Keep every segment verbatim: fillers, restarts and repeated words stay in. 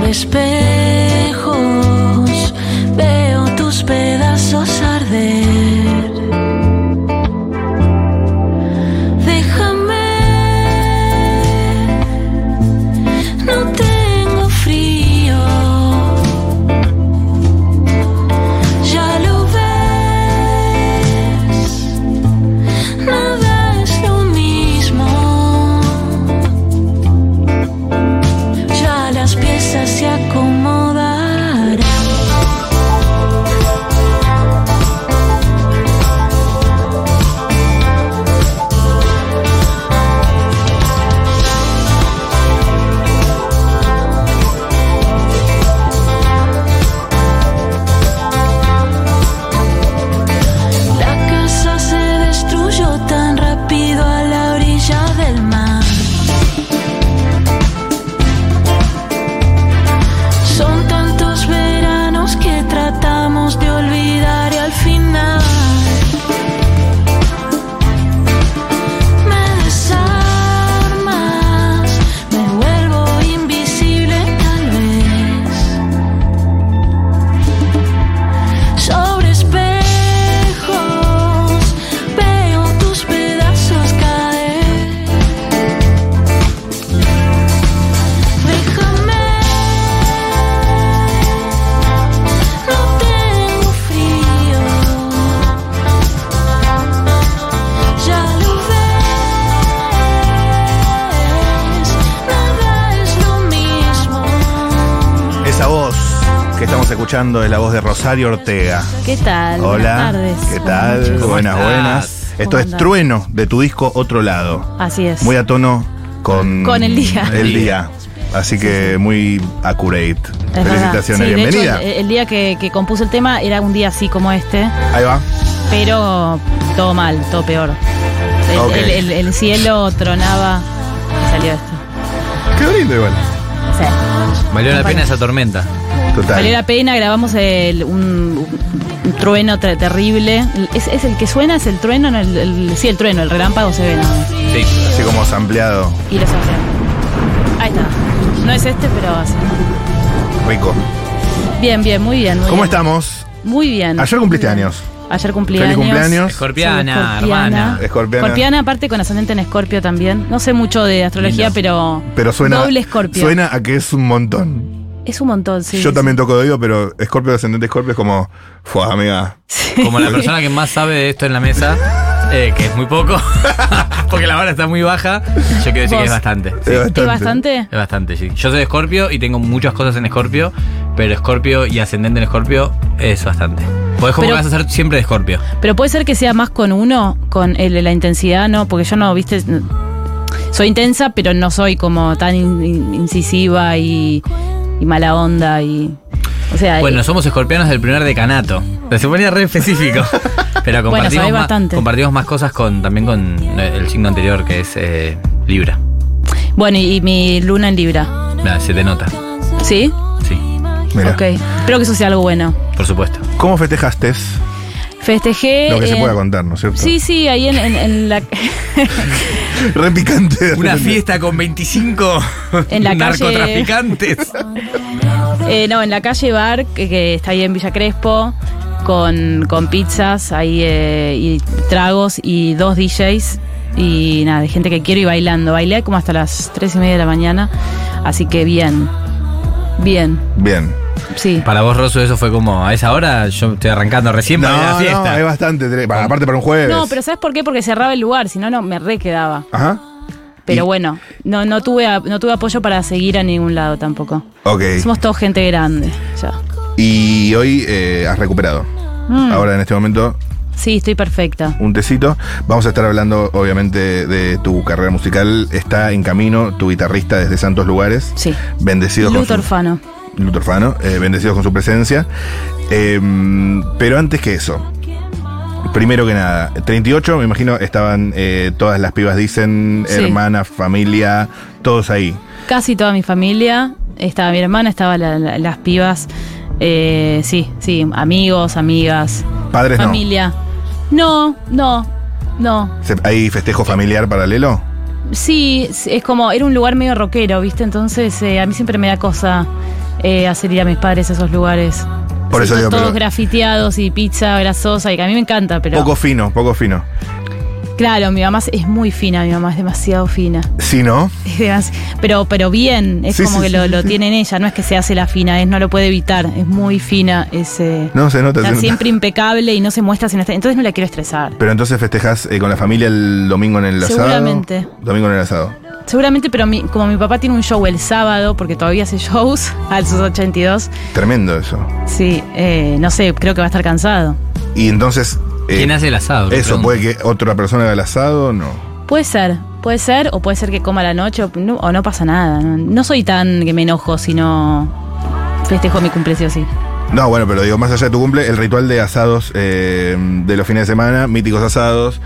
espejos veo tus pedazos arder. Déjame, no tengo frío. Ya lo ves, nada es lo mismo. Ya las piezas se acomodarán. La casa se destruyó tan rápido a la orilla del mar. Son tantos veranos que tratamos de olvidar y al final me desarmas, me vuelvo invisible tal vez. Sobre espejos veo tus pedazos caer. Déjame, no tengo frío. Ya lo ves, nada es lo mismo. Esa voz que estamos escuchando es la voz de Rosario Ortega. ¿Qué tal? Hola. Buenas tardes. ¿Qué Buenas tal? noches. Buenas, ¿Cómo buenas. estás? Esto ¿Cómo es andás? Trueno de tu disco Otro Lado. Así es. Muy a tono con, Con el día. El día. Así que muy accurate. Es verdad. Felicitaciones, Sí, bienvenida. De hecho, el, el día que, que compuse el tema era un día así como este, Ahí va. pero todo mal, todo peor. El, Ok. el- el- el cielo tronaba y salió esto. Qué lindo igual. Sí. Valió la Vale. pena esa tormenta. Total. Valió la pena, grabamos el- un, un trueno ter- terrible. ¿Es, es el que suena? ¿Es el trueno? No, el, el- sí, el trueno, el relámpago se ve nada más. Sí. Así como sampleado. Y lo saqué. Ahí está. No es este, pero así. Rico. Bien, bien, muy bien. Muy ¿Cómo bien. estamos? Muy bien. Ayer muy cumpliste bien. años. Ayer cumplí Feliz años. cumpleaños. Escorpiana, Soy hermana. Escorpiana. Escorpiana, aparte con ascendente en Escorpio también. No sé mucho de astrología, Lindo. pero. Pero suena. Doble Escorpio. Suena a que es un montón. Es un montón, sí. Yo sí, también toco de oído, pero Escorpio ascendente Escorpio es como. Fue, amiga. Como la persona que más sabe de esto en la mesa, eh, que es muy poco, porque la vara está muy baja, yo quiero decir ¿Vos? que es bastante. Sí, Es ¿Es bastante? es bastante, sí. Yo soy de Escorpio y tengo muchas cosas en Escorpio, pero Escorpio y ascendente en Escorpio es bastante. Pues como Pero- que vas a ser siempre de Escorpio. Pero puede ser que sea más con uno, con el, la intensidad, ¿no? Porque yo no, viste. Soy intensa, pero no soy como tan in- in- incisiva y, y mala onda y. O sea. Bueno, eh, somos escorpianos del primer decanato. Se ponía re específico. Pero Bueno, compartimos, sabés más, bastante. compartimos más cosas con también con el signo anterior, que es eh, Libra. bueno, y, y mi luna en Libra. Mira, se te nota. ¿Sí? Sí, Mira. Ok. Espero que eso sea algo bueno. por supuesto. ¿Cómo festejaste? Festejé. Lo que se en- pueda contar, ¿no es cierto? Sí, sí, ahí en, en- en la. Re picante. de Una repente. fiesta con veinticinco En la calle- narcotraficantes. Eh, no, en la calle Bar, que, que está ahí en Villa Crespo, con, con pizzas ahí eh, y tragos y dos D Js. Y nada, de gente que quiero y bailando. Bailé como hasta las tres y media de la mañana. Así que bien. Bien. Bien. Sí. Para vos, Rosso, eso fue como a esa hora, yo estoy arrancando recién No, para ir a la no, fiesta. es bastante. tre- para- Aparte para un jueves. No, pero ¿sabes por qué? Porque cerraba el lugar, si no, no me re quedaba. Ajá. Pero Y- bueno, no, no, tuve, a- no tuve apoyo para seguir a ningún lado tampoco. Ok. Somos todos gente grande. Ya. Y hoy eh, has recuperado. Mm. Ahora en este momento Sí, estoy perfecta. un tecito. Vamos a estar hablando obviamente de tu carrera musical. Está en camino tu guitarrista desde Santos Lugares. Sí. Bendecidos Luthor con su, Fano. Luthor Fano, eh, bendecidos con su presencia. Eh, pero antes que eso, primero que nada, treinta y ocho, me imagino, estaban eh, todas las pibas dicen, Sí. hermanas, familia, todos ahí. Casi toda mi familia. Estaba mi hermana, estaba la- la- las pibas. Eh, sí, sí, amigos, amigas, Padres familia. No, no, no. no. Se- ¿Hay festejo familiar paralelo? Sí, es como, era un lugar medio rockero, ¿viste? Entonces eh, a mí siempre me da cosa eh, hacer ir a mis padres a esos lugares. Por eso Sí, digo, todos pero- grafiteados y pizza grasosa, y que a mí me encanta, pero... Poco fino, poco fino. Claro, mi mamá es muy fina, mi mamá es demasiado fina. Sí, ¿no? Es demas- Pero, pero bien, es Sí, como sí, que sí, lo, sí, lo sí. tiene en ella, no es que se hace la fina, es no lo puede evitar, es muy fina, es eh, No, se nota. está se nota. siempre impecable y no se muestra sin estar. Entonces no la quiero estresar. Pero entonces festejás eh, con la familia el domingo en el asado. Seguramente. Domingo en el asado. Seguramente, pero mi- como mi papá tiene un show el sábado, porque todavía hace shows a sus ochenta y dos, Tremendo eso. sí, eh, no sé, creo que va a estar cansado. Y entonces. eh, ¿Quién hace el asado? Me Eso, pregunto. puede que otra persona haga el asado, no. Puede ser, puede ser, o puede ser que coma a la noche, o no, o no pasa nada. No, no soy tan que me enojo si no festejo mi cumpleaños así. No, bueno, pero digo, más allá de tu cumple, el ritual de asados eh, de los fines de semana, míticos asados.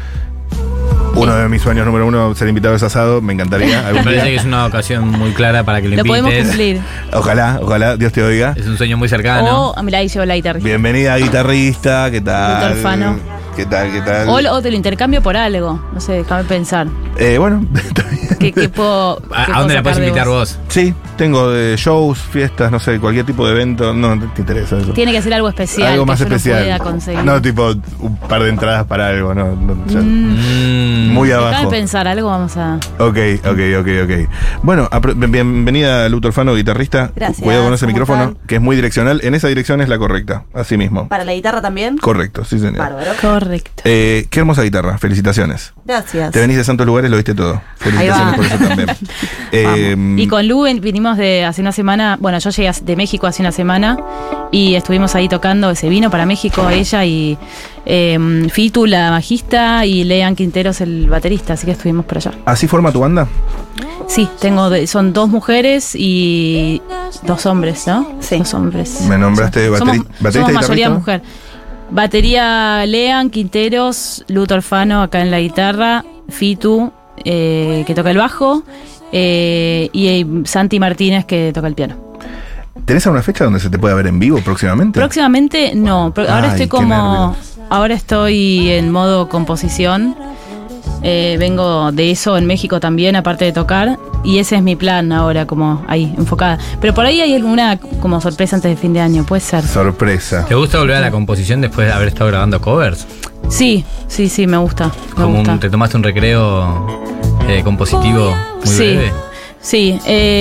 Uno de mis sueños número uno, ser invitado a ese asado, me encantaría. Me algún parece que día. es una ocasión muy clara para que lo, Lo podemos invites. cumplir. Ojalá, ojalá, Dios te oiga. Es un sueño muy cercano. O, mirá, ahí llevo la guitarra. Bienvenida, guitarrista, ¿qué tal? Víctor Fano. ¿Qué tal, qué tal? O, o te lo intercambio por algo. No sé, déjame pensar. Eh, bueno, está bien. ¿Qué, qué puedo, ¿A, qué a puedo dónde la sacar puedes de invitar vos? Sí, tengo de shows, fiestas, no sé, cualquier tipo de evento. No, no te interesa eso. Tiene que ser algo especial. Algo que más yo especial. No pueda conseguir. No, tipo un par de entradas para algo, no. no, ya. Mm. Muy Déjame abajo. pensar, algo vamos a. Ok, ok, ok, ok. Bueno, apro- bien- bienvenida Luto Alfano, guitarrista. Gracias, Cuidado con ese ¿cómo micrófono, están? que es muy direccional. En esa dirección es la correcta, así mismo. ¿Para la guitarra también? Correcto, sí, señor. Bárbaro. Correcto. Eh, qué hermosa guitarra, felicitaciones. Gracias. Te venís de santos lugares, lo viste todo. Felicitaciones va. por eso también. Eh, Y con Lu ven- vinimos de hace una semana, bueno, yo llegué de México hace una semana y estuvimos ahí tocando, se vino para México ella y eh, Fitu, la bajista, y Lean Quinteros, el baterista, así que estuvimos por allá. ¿Así forma tu banda? Sí, tengo de- son dos mujeres y dos hombres, ¿no? Sí. Dos hombres. Me nombraste Somos- bateri- somos, baterista somos y mayoría guitarrista. mujer. Batería Lean Quinteros, Luto Orfano acá en la guitarra, Fitu, eh, que toca el bajo, eh, y eh, Santi Martínez, que toca el piano. ¿Tenés alguna fecha donde se te pueda ver en vivo próximamente? Próximamente no, pro- ahora Ay, estoy qué como, nervios. ahora estoy en modo composición. Eh, vengo de eso en México también, aparte de tocar, y ese es mi plan ahora, como ahí, enfocada. Pero por ahí hay alguna como sorpresa antes de fin de año, puede ser. Sorpresa. ¿Te gusta volver a la composición después de haber estado grabando covers? Sí, sí, sí, me gusta. Me Como gusta. un- te tomaste un recreo eh, compositivo muy Sí. breve. Sí,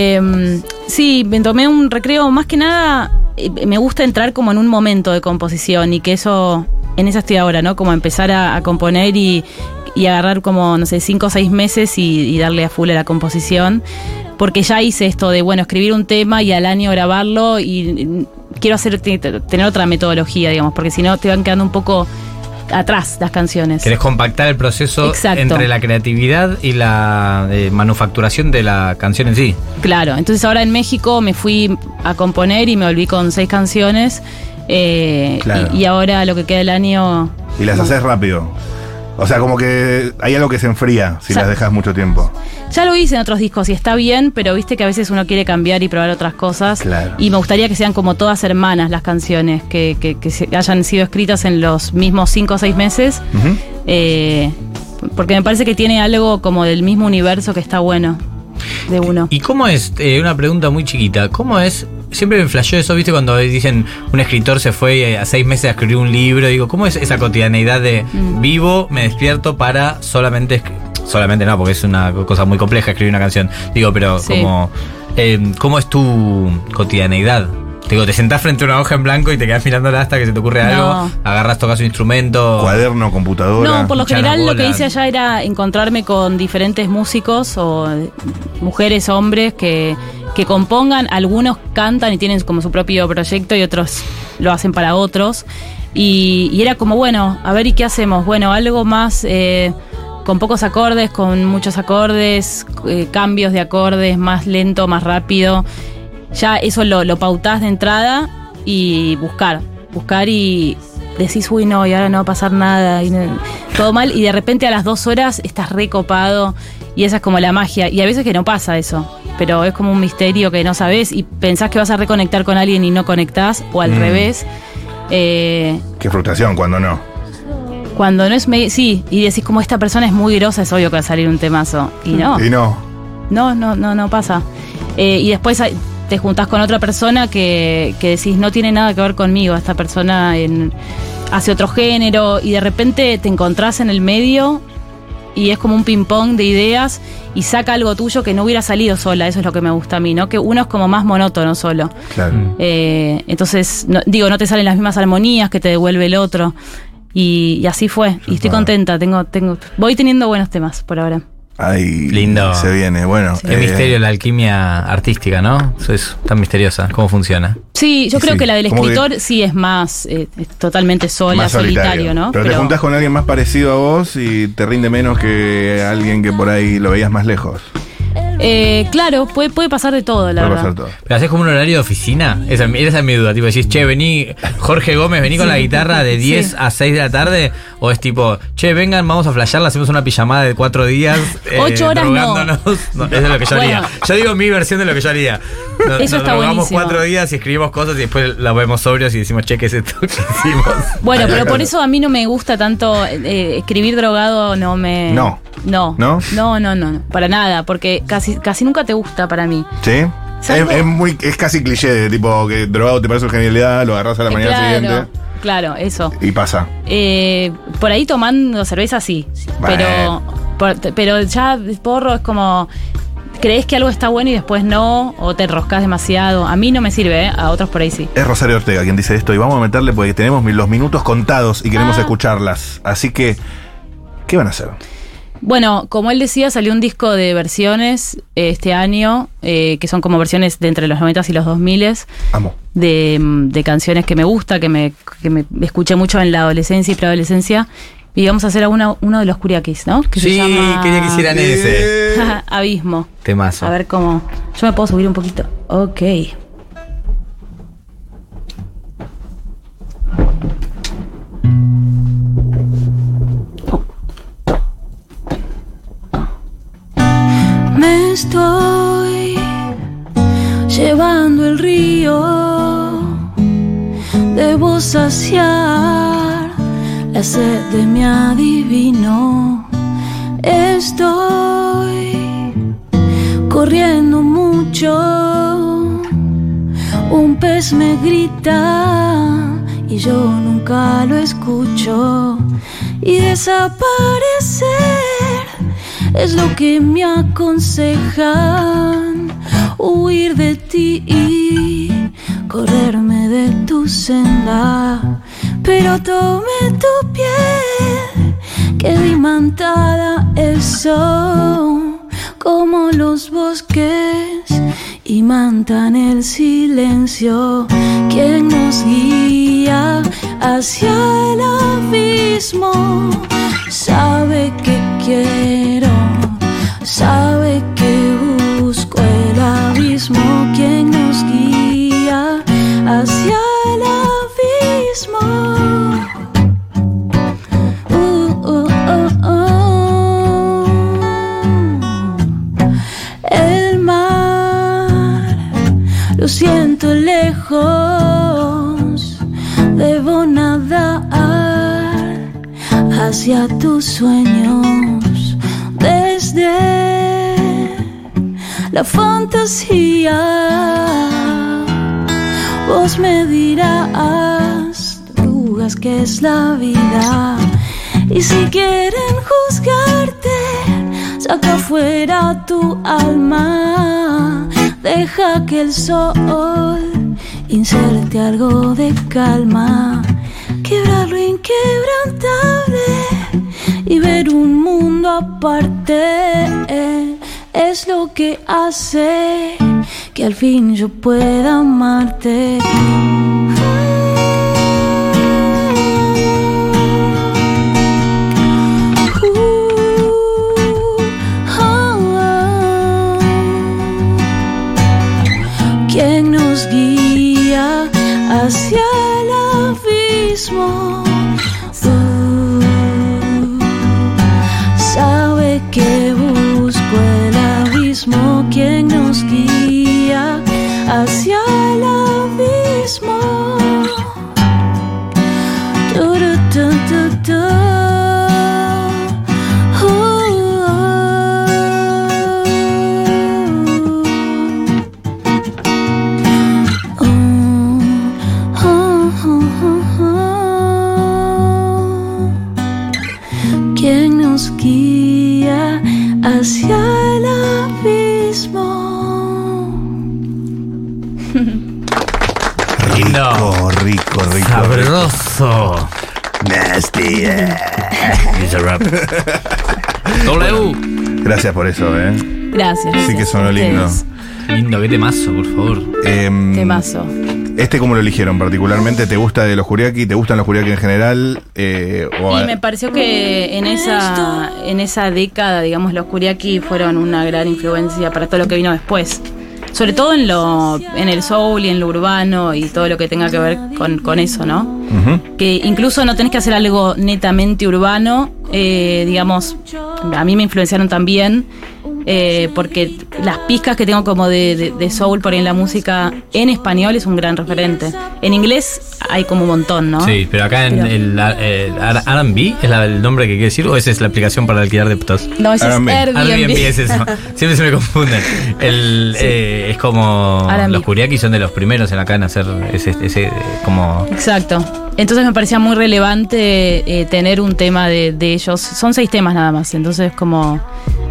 eh, sí, me tomé un recreo, más que nada, eh, me gusta entrar como en un momento de composición y que eso, en esa estoy ahora, ¿no? Como empezar a, a componer y, y agarrar como, no sé, cinco o seis meses y, y darle a full a la composición, porque ya hice esto de, bueno, escribir un tema y al año grabarlo y mm, quiero hacer t- t- tener otra metodología, digamos, porque si no te van quedando un poco atrás las canciones. Querés compactar el proceso Exacto. entre la creatividad y la eh, manufacturación de la canción en sí. Claro, entonces ahora en México me fui a componer y me volví con seis canciones. eh, Claro. y, y ahora lo que queda del año. Y las no. haces rápido. O sea, como que hay algo que se enfría si O sea, las dejas mucho tiempo. Ya lo hice en otros discos y está bien, pero viste que a veces uno quiere cambiar y probar otras cosas. Claro. Y me gustaría que sean como todas hermanas las canciones, que, que, que se- hayan sido escritas en los mismos cinco o seis meses. Ujú. eh, porque me parece que tiene algo como del mismo universo que está bueno de uno. ¿Y cómo es, eh, una pregunta muy chiquita, cómo es, siempre me flasheó eso, viste, cuando dicen un escritor se fue eh, a seis meses a escribir un libro, digo, ¿cómo es esa cotidianeidad de Mm. vivo, me despierto para solamente, escri- solamente no, porque es una cosa muy compleja escribir una canción, digo, pero Sí. como, eh, ¿cómo es tu cotidianeidad? Digo, te sentás frente a una hoja en blanco y te quedás mirándola hasta que se te ocurre No. algo, agarrás, tocas un instrumento. Cuaderno, computadora. No, por lo Echar general las lo que bolas. hice allá era encontrarme con diferentes músicos o eh, mujeres, hombres que, que compongan. Algunos cantan y tienen como su propio proyecto y otros lo hacen para otros. Y, y era como, bueno, a ver, ¿y qué hacemos? Bueno, algo más eh, con pocos acordes, con muchos acordes, eh, cambios de acordes, más lento, más rápido. Ya eso lo, lo pautás de entrada y buscar, buscar y decís, uy, no, y ahora no va a pasar nada, y no- todo mal, y de repente a las dos horas estás recopado, y esa es como la magia, y a veces que no pasa eso, pero es como un misterio que no sabes, y pensás que vas a reconectar con alguien y no conectás, o al Mm. revés. Eh, Qué frustración cuando no. cuando no es, me- sí, y decís como esta persona es muy grosa, es obvio que va a salir un temazo, y no. Y no. No, no, no, no pasa. Eh, y después hay- te juntás con otra persona que, que decís, no tiene nada que ver conmigo, esta persona en, hace otro género, y de repente te encontrás en el medio y es como un ping-pong de ideas y saca algo tuyo que no hubiera salido sola. Eso es lo que me gusta a mí, ¿no? Que uno es como más monótono solo. Claro. Eh, entonces, no, digo, no te salen las mismas armonías que te devuelve el otro. Y, y así fue. Y estoy contenta. Tengo, tengo, voy teniendo buenos temas por ahora. Ay, lindo. Se viene, bueno. Sí. Qué eh, misterio la alquimia artística, ¿no? Eso es tan misteriosa. ¿Cómo funciona? Sí, yo Sí, creo sí. que la del Como escritor que- sí es más, eh, es totalmente sola, más solitario, ¿no? Pero, te juntás con alguien más parecido a vos y te rinde menos que alguien que por ahí lo veías más lejos. Eh, claro, puede, puede pasar de todo, la Puede verdad. pasar todo. ¿Pero haces como un horario de oficina? Esa, esa es mi duda. Tipo, decís, che, vení, Jorge Gómez, vení con la guitarra de diez Sí. a seis de la tarde. O es tipo, che, vengan, vamos a flashearla, hacemos una pijamada de cuatro días. Ocho horas no. drogándonos. No, eso es lo que yo Bueno. haría. Yo digo mi versión de lo que yo haría. Nos, Eso nos está drogamos buenísimo. cuatro días y escribimos cosas y después la vemos sobrios y decimos, che, ¿qué es esto que hicimos? Bueno, pero por eso a mí no me gusta tanto eh, escribir drogado, no me... No. No. ¿No? No, no, no, no, para nada, porque casi, casi nunca te gusta para mí. ¿Sí? Es, Salvo- es muy, es casi cliché, de tipo que drogado te parece una genialidad, lo agarrás a la Eh, mañana claro, siguiente claro, eso. y pasa. Eh, por ahí tomando cerveza sí, pero, por- pero ya el porro es como... Crees que algo está bueno y después no, o te enroscas demasiado. A mí no me sirve, ¿eh? A otros por ahí sí. Es Rosario Ortega quien dice esto y vamos a meterle porque tenemos los minutos contados y queremos Ah. escucharlas. Así que, ¿qué van a hacer? Bueno, como él decía, salió un disco de versiones eh, este año, eh, que son como versiones de entre los noventas y los dos miles, Amo. de, de canciones que me gusta, que me, que me escuché mucho en la adolescencia y preadolescencia. Y vamos a hacer a uno, uno de los Curiaquis, ¿no? Que Sí, se llama quería que hicieran ese. Abismo. Temazo. A ver cómo... Yo me puedo subir un poquito. Ok. Me estoy llevando el río. Debo saciar la sed de mi adivino. Estoy corriendo mucho. Un pez me grita y yo nunca lo escucho. Y desaparecer es lo que me aconsejan. Huir de ti y correrme de tu senda. Pero tomé tu piel que dimantada eso, como los bosques imantan el silencio. Quien nos guía hacia el abismo sabe que quiero, sabe que busco el abismo. Quien nos guía hacia el abismo. Uh, uh, uh, uh. El mar lo siento lejos, debo nadar hacia tus sueños desde la fantasía. Vos me dirás, drogas, que es la vida. Y si quieren juzgarte, saca fuera tu alma. Deja que el sol inserte algo de calma. Quebrar lo inquebrantable y ver un mundo aparte es lo que hace que al fin yo pueda amarte. Quien nos guía hacia el abismo, tú sabe que busco el abismo. Quien nos guía hacia el abismo. Turu, tu, tu, tu. Uh, uh. Rico, rico, rico. Sabroso. Nasty. Dice rap. W. Gracias por eso, ¿eh? Gracias. Sí que sonó lindo. Ustedes. Lindo, qué temazo, por favor. Em, Temazo. ¿Este cómo lo eligieron particularmente? ¿Te gusta de los Juriaki? ¿Te gustan los Juriaki en general? Eh, o Y a- me pareció que en esa, en esa década, digamos, los Kuriaki fueron una gran influencia para todo lo que vino después. Sobre todo en lo, en el soul y en lo urbano y todo lo que tenga que ver con, con eso, ¿no? Ujú. Que incluso no tenés que hacer algo netamente urbano, eh, digamos, a mí me influenciaron también, eh, porque las pizcas que tengo como de, de, de soul por ahí en la música en español es un gran referente. En inglés hay como un montón, ¿no? Sí, pero acá en Pero- el, el R and B es la- el nombre que quiere decir, o esa es la aplicación para alquilar deptos. No, ese es R and B. Airbnb. Airbnb es eso. Siempre se me confunden. El, eh, es como R and B. los Kuriaki son de los primeros en acá en hacer ese, ese eh, como Exacto. Entonces me parecía muy relevante eh, tener un tema de, de ellos. Son seis temas nada más, entonces como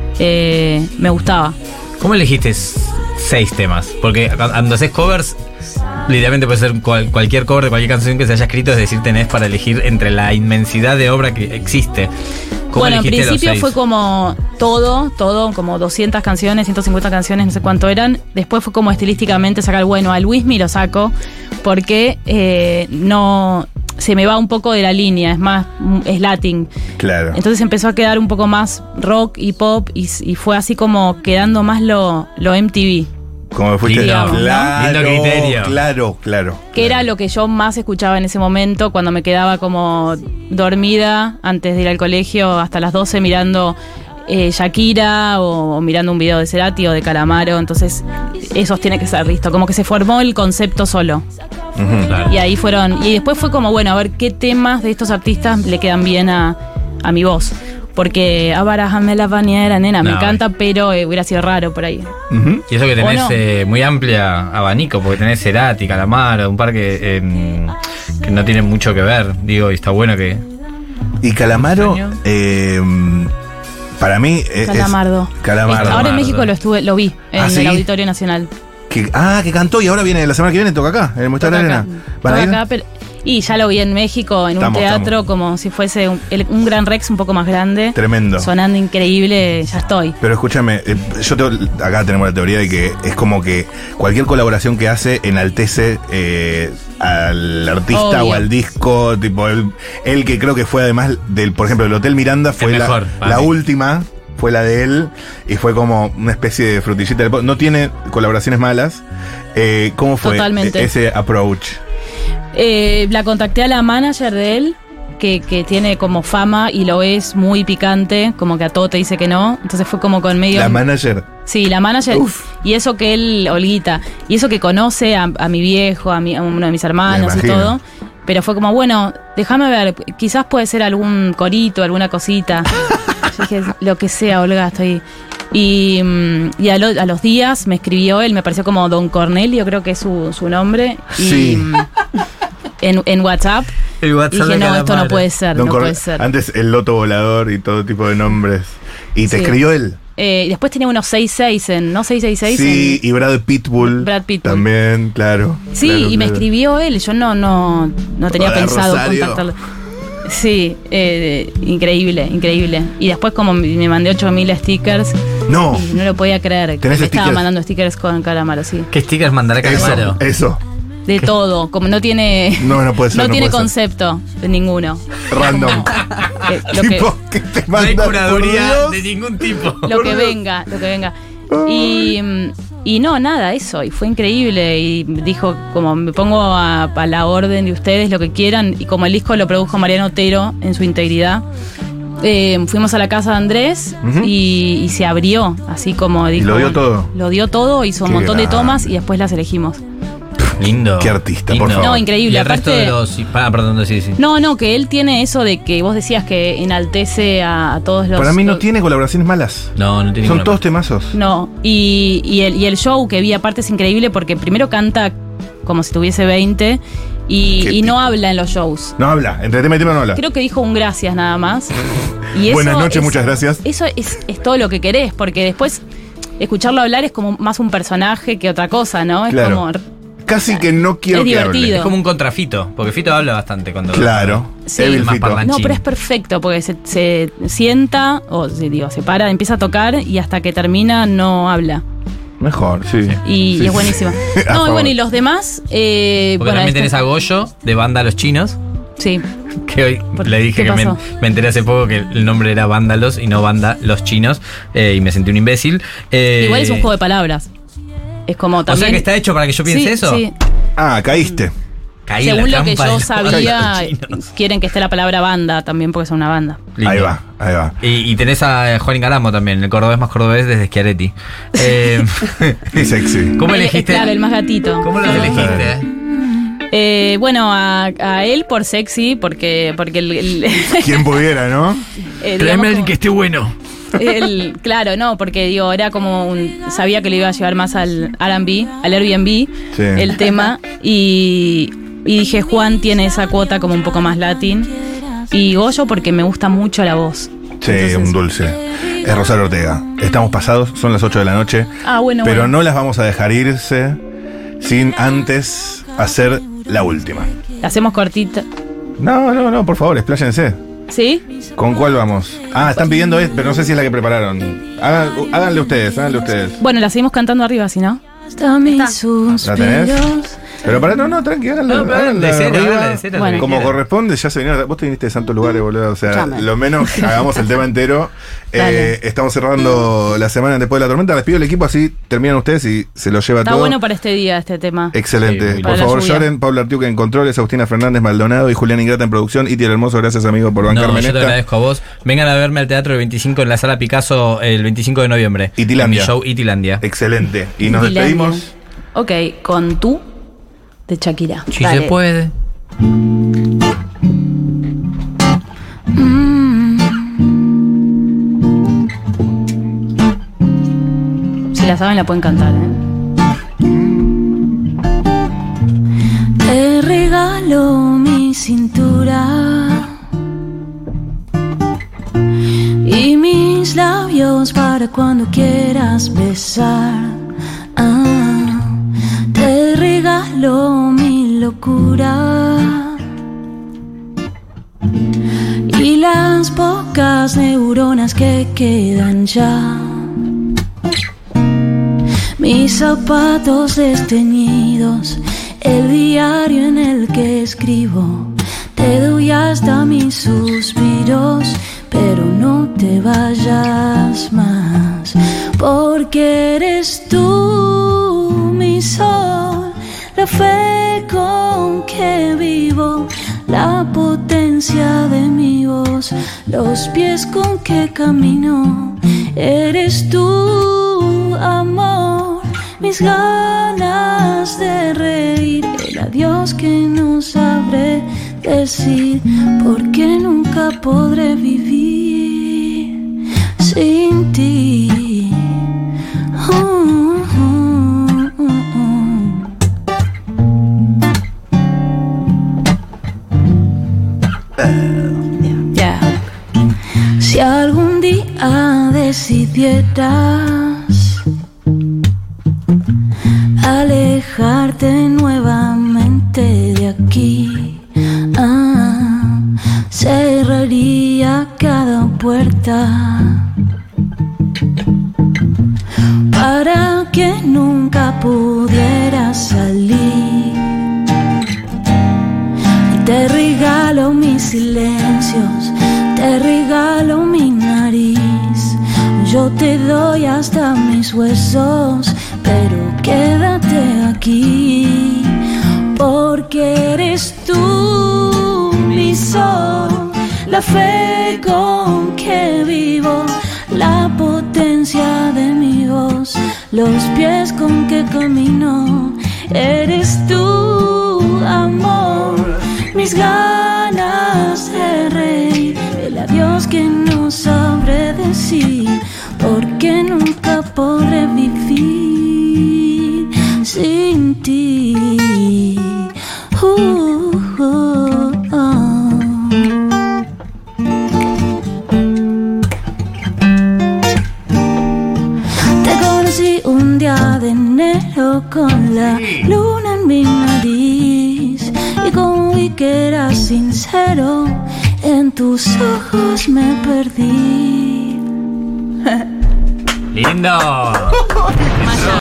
eh, me gustaba. ¿Cómo elegiste s- seis temas? Porque cuando haces covers, literalmente puede ser cual- cualquier cover de cualquier canción que se haya escrito, es decir, tenés para elegir entre la inmensidad de obra que existe. ¿Cómo Bueno, en elegiste los principio seis? fue como todo, todo, como doscientas canciones, ciento cincuenta canciones, no sé cuánto eran. Después fue como estilísticamente sacar, bueno, a Luismi lo saco porque eh, no se me va un poco de la línea, es más, mm, es latín. Claro. Entonces empezó a quedar un poco más rock y pop y, y fue así como quedando más lo, lo M T V. Como fuiste. Lindo, ¿no? Claro, Lindo criterio. claro, claro. Que era lo que yo más escuchaba en ese momento, cuando me quedaba como dormida antes de ir al colegio hasta las doce mirando eh, Shakira o, o mirando un video de Cerati o de Calamaro. Entonces, esos tiene que ser listo. Como que se formó el concepto solo. Ujú. Claro. Y ahí fueron. Y después fue como, bueno, a ver qué temas de estos artistas le quedan bien a, a mi voz. Porque Abarajame la bañera, nena, me No, encanta, pero eh, hubiera sido raro por ahí. Ujú. Y eso que tenés ¿O no? eh, muy amplia abanico, porque tenés Cerati, Calamaro, un par que, eh, que no tienen mucho que ver, digo, y está bueno que... Y Calamaro, Año. eh, para mí es. Calamardo. es- Calamardo. Este, ahora en Calamardo. México lo estuve, lo vi en ¿Ah, sí? el Auditorio Nacional. Que- ah, que cantó y ahora viene, la semana que viene toca acá, en el Movistar Toca Arena. acá. ¿Van a Toca ir? acá, pero- y ya lo vi en México, en Estamos, un teatro, estamos. como si fuese un, el- un gran Rex un poco más grande. Tremendo. Sonando increíble, ya estoy. Pero escúchame, eh, yo tengo- acá tenemos la teoría de que es como que cualquier colaboración que hace enaltece eh, al artista Obvio. o al disco, tipo él, él que creo que fue además del, por ejemplo, el Hotel Miranda fue El la, mejor, para la mí. última, fue la de él y fue como una especie de frutillita del pop. No tiene colaboraciones malas. Eh, ¿Cómo fue Totalmente. ese approach? Eh, la contacté a la manager de él, que, que tiene como fama y lo es muy picante, como que a todo te dice que no. Entonces fue como con medio. La manager. Sí, la manager. Uf. Y eso que él, Olguita, y eso que conoce a, a mi viejo, a, mi- a uno de mis hermanos y imagino. todo. Pero fue como, bueno, déjame ver, quizás puede ser algún corito, alguna cosita. Yo dije, lo que sea, Olga, estoy. Y, mm, y a, lo- a los días me escribió él, me pareció como Don Cornelio, creo que es su, su nombre. Y, Sí. mm, en, en WhatsApp. El WhatsApp Dije, de no, esto no Calamaro. puede ser, Don no Cor- puede ser. Antes el Loto Volador y todo tipo de nombres. Y te Sí. escribió él. Eh, y después tenía unos seis seis en, ¿no? seis seis seis Sí, en- y Brad Pitbull. Brad Pitbull. También, claro. Sí, claro, y me claro. escribió él, yo no, no, no tenía Hola, pensado Rosario. contactarlo. Sí, eh, increíble, increíble. Y después como me me mandé ocho mil stickers No, y no lo podía creer. Que me ¿Tenés estaba stickers? mandando stickers con Calamaro, sí. ¿Qué stickers mandará Calamaro? eso, eso. De todo, como no tiene No, no puede ser, no no tiene puede ser. concepto de ninguno. Random. Eh, lo, que, tipo, que te No hay manda, curaduría por Dios. de ningún tipo. lo que venga, lo que venga. Y, mm, y no, nada, eso, y fue increíble. Y dijo, como me pongo a, a la orden de ustedes, lo que quieran. Y como el disco lo produjo Mariano Otero en su integridad, eh, fuimos a la casa de Andrés Ujú. y, y se abrió, así como dijo. lo dio todo? Lo dio todo, hizo un Qué montón de grande. tomas y después las elegimos. Lindo. Qué artista, Lindo. por favor. No, increíble, Y el resto aparte- de los... Ah, perdón, sí, sí. No, no, que él tiene eso de que vos decías que enaltece a, a todos los. Para mí no los- tiene colaboraciones malas. No, no tiene Son ninguna. todos temazos. No, y, y, el, y el show que vi aparte es increíble porque primero canta como si tuviese veinte y, Qué y no tipo. habla en los shows. No habla, entre tema y tema no habla. Creo que dijo un gracias nada más. Y eso Buenas noches, es- muchas gracias. Eso es, es todo lo que querés, porque después escucharlo hablar es como más un personaje que otra cosa, ¿no? Es Claro. como. casi que no quiero Es que divertido. hable. Es como un contra Fito, porque Fito habla bastante cuando. Claro, Sí. Evil Más Fito. parlanchín. No, pero es perfecto porque se, se sienta, o se, digo, se para, empieza a tocar y hasta que termina no habla. Mejor, sí. Y, Sí, y es sí. buenísimo. A No, y favor. bueno, y los demás. Eh, Porque bueno, también este- tenés a Goyo, de Banda Los Chinos, Sí. que hoy ¿Por le qué dije que me, pasó? me enteré hace poco que el nombre era Vándalos y no Banda Los Chinos, eh, y me sentí un imbécil. Eh, Igual es un juego de palabras. Es como O también. sea que está hecho para que yo piense Sí, eso. sí. Ah, caíste. Caí en la Según lo que trampa yo de los sabía, Banda Los Chinos. quieren que esté la palabra banda también porque son una banda. Lindo. Ahí va, ahí va. Y, y tenés a Juan Ingaramo también, el cordobés más cordobés desde Schiaretti. Eh, Qué sexy. ¿Cómo El- elegiste? Claro, el más gatito. ¿Cómo los elegiste? Eh, bueno, a, a él por sexy, porque, porque el, el- Quien pudiera, ¿no? eh, digamos como- esté bueno. el- claro, no, porque digo, era como un, sabía que lo iba a llevar más al R and B, al Airbnb, Sí. el tema, y, y dije, Juan tiene esa cuota como un poco más latín, y Goyo porque me gusta mucho la voz. Sí, Entonces- un dulce. Es Rosario Ortega. Estamos pasados, son las ocho de la noche. Ah, bueno, Pero bueno. no las vamos a dejar irse sin antes hacer la última. La hacemos cortita. No, no, no, por favor, expláyense. ¿Sí? ¿Con cuál vamos? Ah, están pidiendo esto, pero no sé si es la que prepararon. Hagan- háganle ustedes, háganle ustedes. Bueno, la seguimos cantando arriba, si no. ¿La tenés? Pero para, no, no, tranqui, háganla. No, pero háganla de cera, arriba. háganla de cera, Bueno. lo que Como quieran. corresponde, ya se vinieron. Vos te viniste de santos lugares, boludo. O sea, Escuchame. lo menos que hagamos el tema entero. Dale. Eh, estamos cerrando la semana después de la tormenta. Les pido el equipo así terminan ustedes y se lo lleva Está todo. bueno para este día este tema. Excelente. Sí, muy Por bien. favor, Para la lluvia. lloren. Paula Artiuca en controles, Agustina Fernández Maldonado y Julián Ingrata en producción. Iti el Hermoso, gracias amigo por No, bancarme yo en te esta. agradezco a vos. Vengan a verme al teatro el veinticinco en la sala Picasso el veinticinco de noviembre. Itilandia. En mi show Itilandia. Excelente. Y nos Itilandia. despedimos. Ok, con tú de Shakira. Si Dale. se puede. Si la saben, la pueden cantar, ¿eh? Te regalo mi cintura y mis labios para cuando quieras besar. Ah, te regalo mi locura y las pocas neuronas que quedan ya. Mis zapatos desteñidos, el diario en el que escribo. Te doy hasta mis suspiros, pero no te vayas más, porque eres tú mi sol, la fe con que vivo, la potencia de mi voz, los pies con que camino. Eres tú, amor, mis ganas de reír, el adiós que no sabré decir, porque nunca podré vivir sin ti. Uh, uh, uh, uh. Ya. Si algún día decidieras alejarte nuevamente de aquí, ah, cerraría cada puerta para que nunca pudieras salir. Te regalo mis silencios, te regalo mi nariz. Yo te doy hasta mis huesos, pero quédate aquí, porque eres tú mi sol, la fe con que vivo, la potencia de mi voz, los pies con que camino. Eres tú, amor, mis ganas de reír, el adiós que no sabré decir, porque nunca podré vivir sin ti. Uh, uh, uh. Te conocí un día de enero con la luna en mi nariz. Y como vi que eras sincero, en tus ojos me perdí. ¡Lindo!